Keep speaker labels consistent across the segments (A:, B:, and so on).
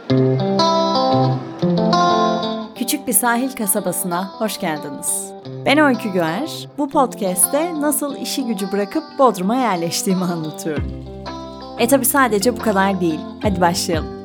A: Küçük bir sahil kasabasına hoş geldiniz. Ben Öykü Güer. Bu podcast'te nasıl işi gücü bırakıp Bodrum'a yerleştiğimi anlatıyorum. Tabi sadece bu kadar değil. Hadi başlayalım.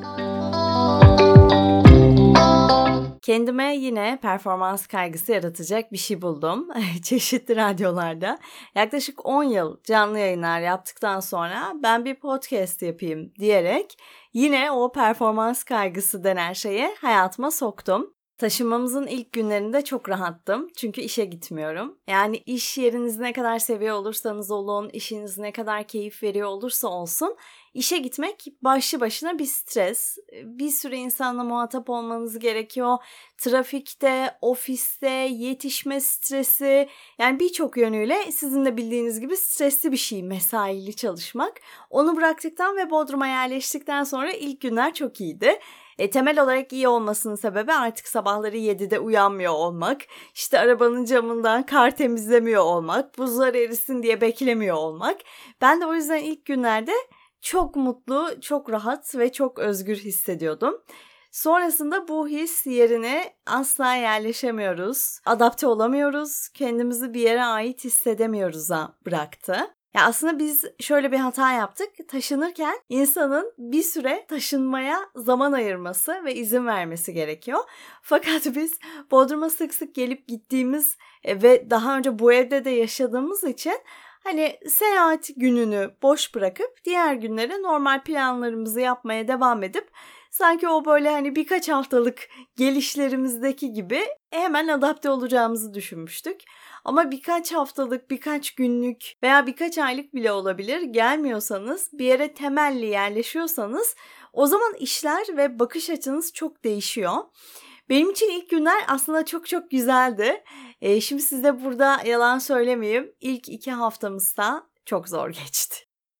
A: Kendime yine performans kaygısı yaratacak bir şey buldum. Çeşitli radyolarda. Yaklaşık 10 yıl canlı yayınlar yaptıktan sonra ben bir podcast yapayım diyerek yine o performans kaygısı denen şeye hayatıma soktum. Taşınmamızın ilk günlerinde çok rahattım çünkü işe gitmiyorum. Yani iş yerinizi ne kadar seviyor olursanız olun, işiniz ne kadar keyif veriyor olursa olsun, işe gitmek başlı başına bir stres. Bir sürü insanla muhatap olmanız gerekiyor. Trafikte, ofiste, yetişme stresi, yani birçok yönüyle sizin de bildiğiniz gibi stresli bir şey mesaili çalışmak. Onu bıraktıktan ve Bodrum'a yerleştikten sonra ilk günler çok iyiydi. Temel olarak iyi olmasının sebebi artık sabahları 7'de uyanmıyor olmak, işte arabanın camından kar temizlemiyor olmak, buzlar erisin diye beklemiyor olmak. Ben de o yüzden ilk günlerde çok mutlu, çok rahat ve çok özgür hissediyordum. Sonrasında bu his yerine asla yerleşemiyoruz, adapte olamıyoruz, kendimizi bir yere ait hissedemiyoruz'a bıraktı. Ya aslında biz şöyle bir hata yaptık. Taşınırken insanın bir süre taşınmaya zaman ayırması ve izin vermesi gerekiyor. Fakat biz Bodrum'a sık sık gelip gittiğimiz ve daha önce bu evde de yaşadığımız için hani seyahat gününü boş bırakıp diğer günlere normal planlarımızı yapmaya devam edip sanki o böyle hani birkaç haftalık gelişlerimizdeki gibi hemen adapte olacağımızı düşünmüştük. Ama birkaç haftalık, birkaç günlük veya birkaç aylık bile olabilir. Gelmiyorsanız, bir yere temelli yerleşiyorsanız o zaman işler ve bakış açınız çok değişiyor. Benim için ilk günler aslında çok çok güzeldi. Şimdi size burada yalan söylemeyeyim. İlk 2 haftamız da çok zor geçti.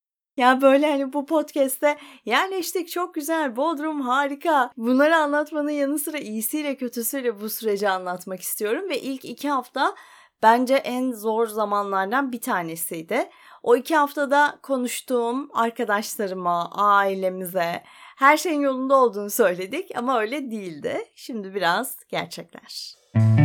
A: Ya böyle hani bu podcast'te yerleştik, çok güzel, Bodrum harika. Bunları anlatmanın yanı sıra iyisiyle kötüsüyle bu süreci anlatmak istiyorum. Ve ilk 2 hafta bence en zor zamanlardan bir tanesiydi. O 2 haftada konuştuğum arkadaşlarıma, ailemize her şeyin yolunda olduğunu söyledik ama öyle değildi. Şimdi biraz gerçekler.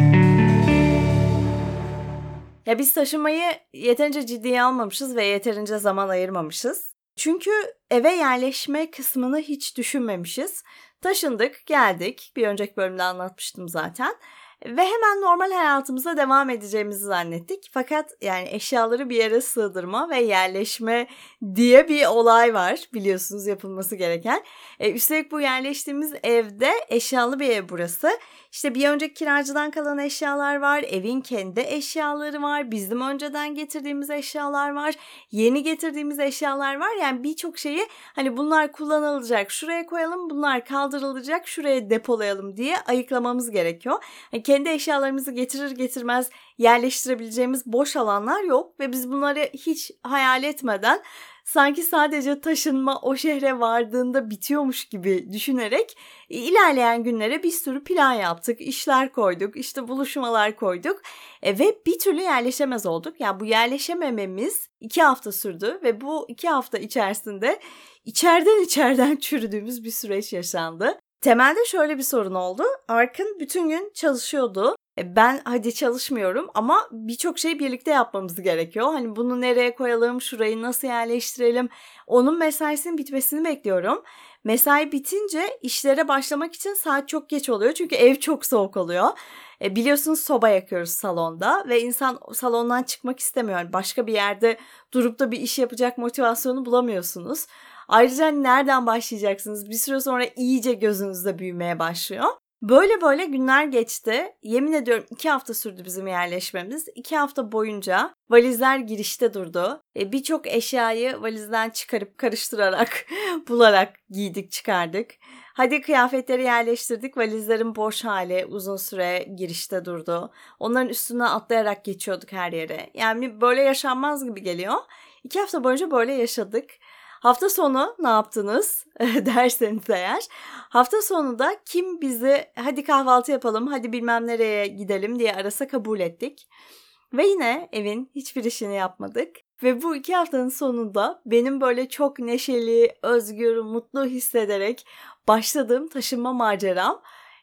A: Ya biz taşınmayı yeterince ciddiye almamışız ve yeterince zaman ayırmamışız. Çünkü eve yerleşme kısmını hiç düşünmemişiz. Taşındık, geldik. Bir önceki bölümde anlatmıştım zaten. Ve hemen normal hayatımıza devam edeceğimizi zannettik. Fakat yani eşyaları bir yere sığdırma ve yerleşme diye bir olay var, biliyorsunuz, yapılması gereken. Üstelik bu yerleştiğimiz evde eşyalı bir ev burası. İşte bir önceki kiracıdan kalan eşyalar var, evin kendi eşyaları var, bizim önceden getirdiğimiz eşyalar var, yeni getirdiğimiz eşyalar var. Yani birçok şeyi hani bunlar kullanılacak, şuraya koyalım, bunlar kaldırılacak, şuraya depolayalım diye ayıklamamız gerekiyor. Yani kendi eşyalarımızı getirir getirmez yerleştirebileceğimiz boş alanlar yok ve biz bunları hiç hayal etmeden sanki sadece taşınma o şehre vardığında bitiyormuş gibi düşünerek ilerleyen günlere bir sürü plan yaptık, işler koyduk, işte buluşmalar koyduk ve bir türlü yerleşemez olduk. Yani bu yerleşemememiz 2 hafta sürdü ve bu 2 hafta içerisinde içeriden çürüdüğümüz bir süreç yaşandı. Temelde şöyle bir sorun oldu. Arkın bütün gün çalışıyordu. Ben hadi çalışmıyorum ama birçok şeyi birlikte yapmamız gerekiyor. Hani bunu nereye koyalım, şurayı nasıl yerleştirelim, onun mesaisinin bitmesini bekliyorum. Mesai bitince işlere başlamak için saat çok geç oluyor çünkü ev çok soğuk oluyor. Biliyorsunuz soba yakıyoruz salonda ve insan salondan çıkmak istemiyor. Başka bir yerde durup da bir iş yapacak motivasyonu bulamıyorsunuz. Ayrıca nereden başlayacaksınız? Bir süre sonra iyice gözünüzde büyümeye başlıyor. Böyle günler geçti. Yemin ediyorum 2 hafta sürdü bizim yerleşmemiz. 2 hafta boyunca valizler girişte durdu. Birçok eşyayı valizden çıkarıp karıştırarak, bularak giydik, çıkardık. Hadi kıyafetleri yerleştirdik. Valizlerin boş hali uzun süre girişte durdu. Onların üstüne atlayarak geçiyorduk her yere. Yani böyle yaşanmaz gibi geliyor. 2 hafta boyunca böyle yaşadık. Hafta sonu ne yaptınız derseniz eğer, hafta sonu da kim bizi hadi kahvaltı yapalım, hadi bilmem nereye gidelim diye arasa kabul ettik. Ve yine evin hiçbir işini yapmadık. Ve bu 2 haftanın sonunda benim böyle çok neşeli, özgür, mutlu hissederek başladığım taşınma maceram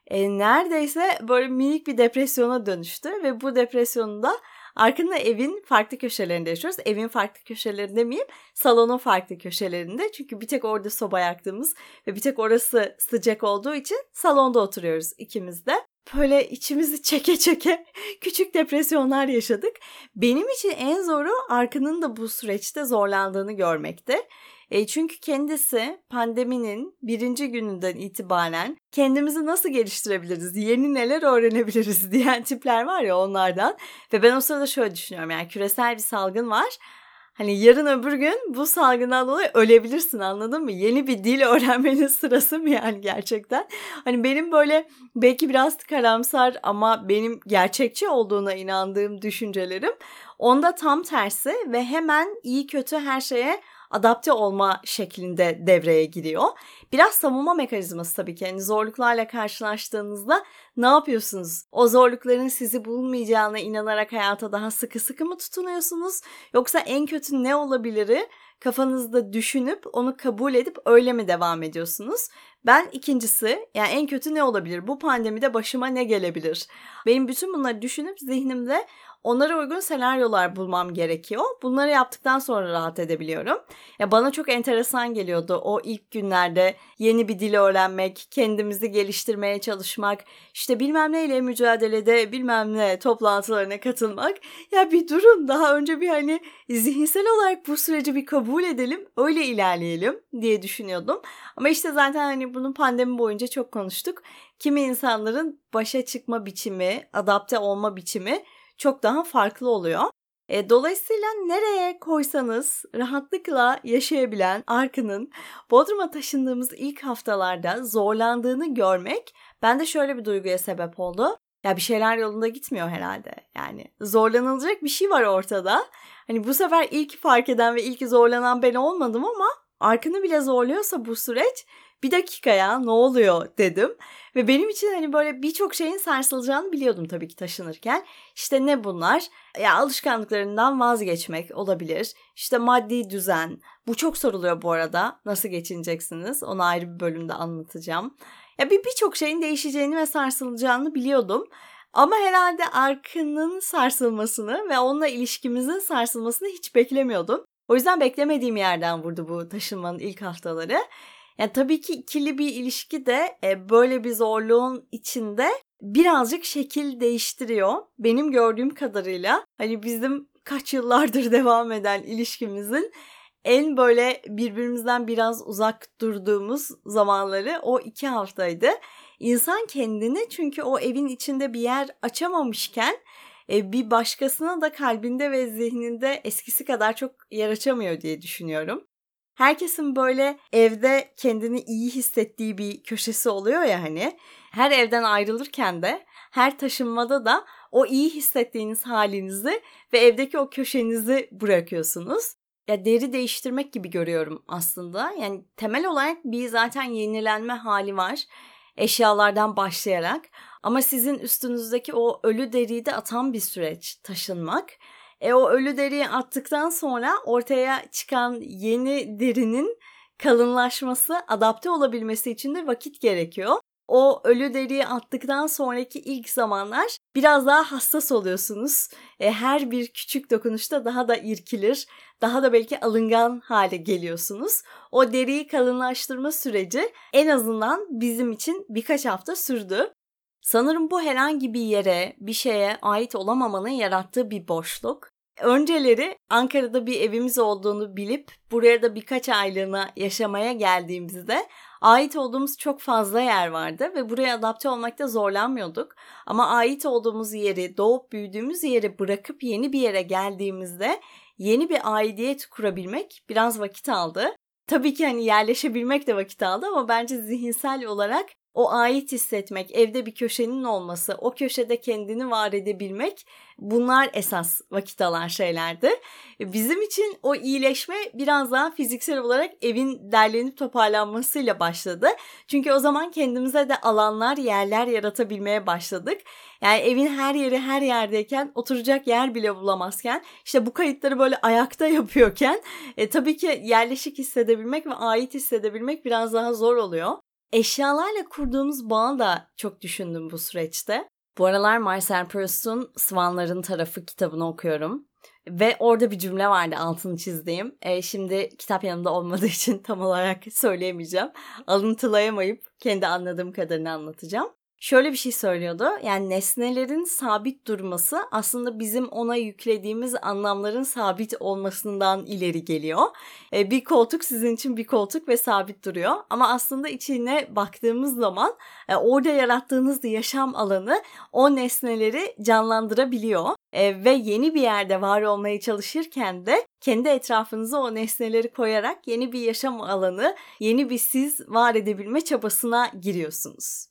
A: neredeyse böyle minik bir depresyona dönüştü. Ve bu depresyonu da Arkında evin farklı köşelerinde yaşıyoruz. Evin farklı köşelerinde demeyeyim, salonun farklı köşelerinde. Çünkü bir tek orada soba yaktığımız ve bir tek orası sıcak olduğu için salonda oturuyoruz ikimiz de. Böyle içimizi çeke çeke küçük depresyonlar yaşadık. Benim için en zoru Arkın'ın da bu süreçte zorlandığını görmekti. Çünkü kendisi pandeminin 1. gününden itibaren kendimizi nasıl geliştirebiliriz, yeni neler öğrenebiliriz diyen tipler var ya, onlardan. Ve ben o sırada şöyle düşünüyorum, yani küresel bir salgın var. Hani yarın öbür gün bu salgından dolayı ölebilirsin, anladın mı? Yeni bir dil öğrenmenin sırası mı yani gerçekten? Hani benim böyle belki biraz karamsar ama benim gerçekçi olduğuna inandığım düşüncelerim onda tam tersi ve hemen iyi kötü her şeye adapte olma şeklinde devreye giriyor. Biraz savunma mekanizması tabii ki. Yani zorluklarla karşılaştığınızda ne yapıyorsunuz? O zorlukların sizi bulmayacağına inanarak hayata daha sıkı sıkı mı tutunuyorsunuz? Yoksa en kötü ne olabiliri kafanızda düşünüp onu kabul edip öyle mi devam ediyorsunuz? Ben ikincisi, yani en kötü ne olabilir? Bu pandemide başıma ne gelebilir? Benim bütün bunları düşünüp zihnimde onlara uygun senaryolar bulmam gerekiyor. Bunları yaptıktan sonra rahat edebiliyorum. Ya bana çok enteresan geliyordu o ilk günlerde yeni bir dil öğrenmek, kendimizi geliştirmeye çalışmak, işte bilmem neyle mücadelede bilmem ne toplantılarına katılmak. Ya bir durun, daha önce bir hani zihinsel olarak bu süreci bir kabul edelim, öyle ilerleyelim diye düşünüyordum. Ama işte zaten hani bunun pandemi boyunca çok konuştuk. Kimi insanların başa çıkma biçimi, adapte olma biçimi çok daha farklı oluyor. Dolayısıyla nereye koysanız rahatlıkla yaşayabilen Arkın'ın Bodrum'a taşındığımız ilk haftalarda zorlandığını görmek bende şöyle bir duyguya sebep oldu. Ya bir şeyler yolunda gitmiyor herhalde. Yani zorlanılacak bir şey var ortada. Hani bu sefer ilk fark eden ve ilk zorlanan ben olmadım ama Arkın'ı bile zorluyorsa bu süreç, bir dakika ya ne oluyor dedim. Ve benim için hani böyle birçok şeyin sarsılacağını biliyordum tabii ki taşınırken. İşte ne bunlar? Ya alışkanlıklarından vazgeçmek olabilir. İşte maddi düzen. Bu çok soruluyor bu arada. Nasıl geçineceksiniz? Onu ayrı bir bölümde anlatacağım. Ya birçok şeyin değişeceğini ve sarsılacağını biliyordum. Ama herhalde Arkın'ın sarsılmasını ve onunla ilişkimizin sarsılmasını hiç beklemiyordum. O yüzden beklemediğim yerden vurdu bu taşınmanın ilk haftaları. Yani tabii ki ikili bir ilişki de böyle bir zorluğun içinde birazcık şekil değiştiriyor. Benim gördüğüm kadarıyla hani bizim kaç yıllardır devam eden ilişkimizin en böyle birbirimizden biraz uzak durduğumuz zamanları o 2 haftaydı. İnsan kendini, çünkü o evin içinde bir yer açamamışken bir başkasına da kalbinde ve zihninde eskisi kadar çok yer açamıyor diye düşünüyorum. Herkesin böyle evde kendini iyi hissettiği bir köşesi oluyor ya hani. Her evden ayrılırken de, her taşınmada da o iyi hissettiğiniz halinizi ve evdeki o köşenizi bırakıyorsunuz. Ya deri değiştirmek gibi görüyorum aslında. Yani temel olarak bir zaten yenilenme hali var. Eşyalardan başlayarak. Ama sizin üstünüzdeki o ölü deriyi de atan bir süreç taşınmak. O ölü deriyi attıktan sonra ortaya çıkan yeni derinin kalınlaşması, adapte olabilmesi için de vakit gerekiyor. O ölü deriyi attıktan sonraki ilk zamanlar biraz daha hassas oluyorsunuz. Her bir küçük dokunuşta daha da irkilir, daha da belki alıngan hale geliyorsunuz. O deriyi kalınlaştırma süreci en azından bizim için birkaç hafta sürdü. Sanırım bu herhangi bir yere, bir şeye ait olamamanın yarattığı bir boşluk. Önceleri Ankara'da bir evimiz olduğunu bilip buraya da birkaç aylığına yaşamaya geldiğimizde ait olduğumuz çok fazla yer vardı ve buraya adapte olmakta zorlanmıyorduk. Ama ait olduğumuz yeri, doğup büyüdüğümüz yeri bırakıp yeni bir yere geldiğimizde yeni bir aidiyet kurabilmek biraz vakit aldı. Tabii ki hani yerleşebilmek de vakit aldı ama bence zihinsel olarak o ait hissetmek, evde bir köşenin olması, o köşede kendini var edebilmek, bunlar esas vakit alan şeylerdi. Bizim için o iyileşme biraz daha fiziksel olarak evin derlenip toparlanmasıyla başladı. Çünkü o zaman kendimize de alanlar, yerler yaratabilmeye başladık. Yani evin her yeri her yerdeyken, oturacak yer bile bulamazken, işte bu kayıtları böyle ayakta yapıyorken tabii ki yerleşik hissedebilmek ve ait hissedebilmek biraz daha zor oluyor. Eşyalarla kurduğumuz bağı da çok düşündüm bu süreçte. Bu aralar Marcel Proust'un Swanların Tarafı kitabını okuyorum. Ve orada bir cümle vardı, altını çizdiğim. Şimdi kitap yanımda olmadığı için tam olarak söyleyemeyeceğim. Alıntılayamayıp kendi anladığım kadarını anlatacağım. Şöyle bir şey söylüyordu. Yani nesnelerin sabit durması aslında bizim ona yüklediğimiz anlamların sabit olmasından ileri geliyor. Bir koltuk sizin için bir koltuk ve sabit duruyor. Ama aslında içine baktığımız zaman orada yarattığınız yaşam alanı o nesneleri canlandırabiliyor. Ve yeni bir yerde var olmaya çalışırken de kendi etrafınıza o nesneleri koyarak yeni bir yaşam alanı, yeni bir siz var edebilme çabasına giriyorsunuz.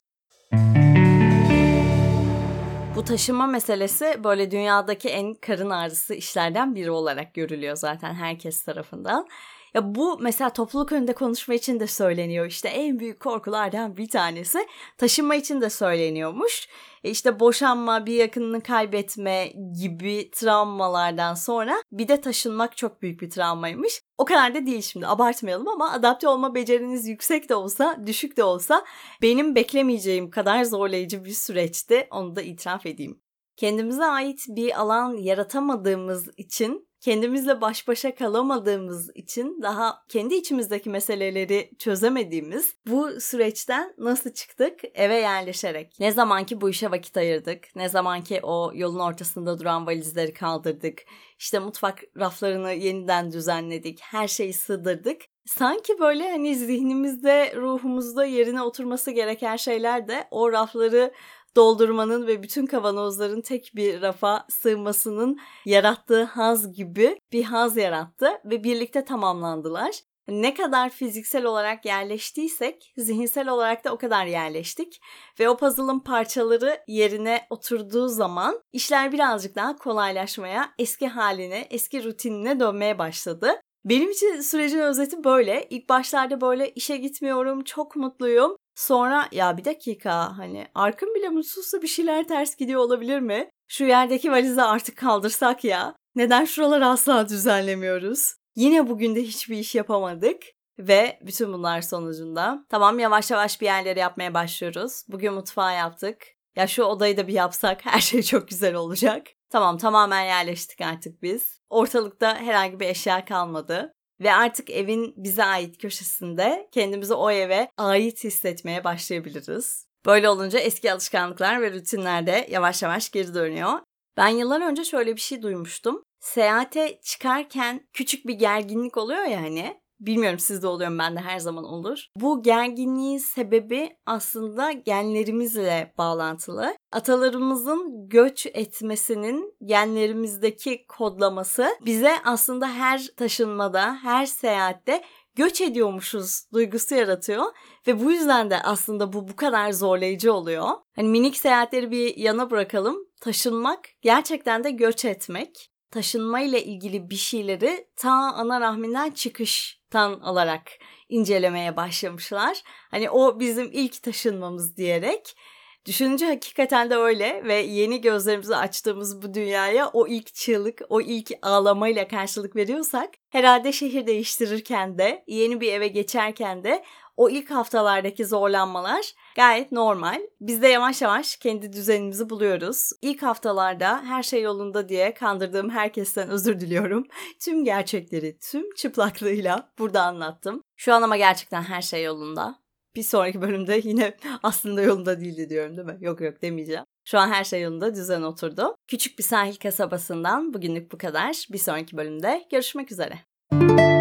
A: Bu taşınma meselesi böyle dünyadaki en karın ağrısı işlerden biri olarak görülüyor zaten herkes tarafından. Ya bu mesela topluluk önünde konuşma için de söyleniyor. İşte en büyük korkulardan bir tanesi. Taşınma için de söyleniyormuş. İşte boşanma, bir yakınını kaybetme gibi travmalardan sonra bir de taşınmak çok büyük bir travmaymış. O kadar da değil, şimdi abartmayalım, ama adapte olma beceriniz yüksek de olsa, düşük de olsa benim beklemeyeceğim kadar zorlayıcı bir süreçti. Onu da itiraf edeyim. Kendimize ait bir alan yaratamadığımız için, kendimizle baş başa kalamadığımız için, daha kendi içimizdeki meseleleri çözemediğimiz bu süreçten nasıl çıktık? Eve yerleşerek. Ne zaman ki bu işe vakit ayırdık, ne zaman ki o yolun ortasında duran valizleri kaldırdık, işte mutfak raflarını yeniden düzenledik, her şeyi sığdırdık. Sanki böyle hani zihnimizde, ruhumuzda yerine oturması gereken şeyler de o rafları doldurmanın ve bütün kavanozların tek bir rafa sığmasının yarattığı haz gibi bir haz yarattı ve birlikte tamamlandılar. Ne kadar fiziksel olarak yerleştiysek, zihinsel olarak da o kadar yerleştik ve o puzzle'ın parçaları yerine oturduğu zaman işler birazcık daha kolaylaşmaya, eski haline, eski rutinine dönmeye başladı. Benim için sürecin özeti böyle. İlk başlarda böyle işe gitmiyorum, çok mutluyum. Sonra ya bir dakika, hani arkım bile mutsuzsa bir şeyler ters gidiyor olabilir mi? Şu yerdeki valizi artık kaldırsak ya. Neden şuraları asla düzenlemiyoruz? Yine bugün de hiçbir iş yapamadık. Ve bütün bunlar sonucunda tamam, yavaş yavaş bir yerleri yapmaya başlıyoruz. Bugün mutfağı yaptık. Ya şu odayı da bir yapsak her şey çok güzel olacak. Tamam, tamamen yerleştik artık biz. Ortalıkta herhangi bir eşya kalmadı. Ve artık evin bize ait köşesinde kendimizi o eve ait hissetmeye başlayabiliriz. Böyle olunca eski alışkanlıklar ve rutinler de yavaş yavaş geri dönüyor. Ben yıllar önce şöyle bir şey duymuştum. Seyahate çıkarken küçük bir gerginlik oluyor ya hani. Bilmiyorum sizde oluyor mu, bende her zaman olur. Bu gerginliğin sebebi aslında genlerimizle bağlantılı. Atalarımızın göç etmesinin genlerimizdeki kodlaması bize aslında her taşınmada, her seyahatte göç ediyormuşuz duygusu yaratıyor. Ve bu yüzden de aslında bu kadar zorlayıcı oluyor. Hani minik seyahatleri bir yana bırakalım. Taşınmak gerçekten de göç etmek. Taşınmayla ilgili bir şeyleri ta ana rahminden çıkıştan alarak incelemeye başlamışlar. Hani o bizim ilk taşınmamız diyerek. Düşününce hakikaten de öyle ve yeni gözlerimizi açtığımız bu dünyaya o ilk çığlık, o ilk ağlamayla karşılık veriyorsak, herhalde şehir değiştirirken de, yeni bir eve geçerken de o ilk haftalardaki zorlanmalar gayet normal. Biz de yavaş yavaş kendi düzenimizi buluyoruz. İlk haftalarda her şey yolunda diye kandırdığım herkesten özür diliyorum. Tüm gerçekleri tüm çıplaklığıyla burada anlattım. Şu an ama gerçekten her şey yolunda. Bir sonraki bölümde yine aslında yolunda değildi diyorum, değil mi? Yok demeyeceğim. Şu an her şey yolunda, düzen oturdu. Küçük bir sahil kasabasından bugünlük bu kadar. Bir sonraki bölümde görüşmek üzere.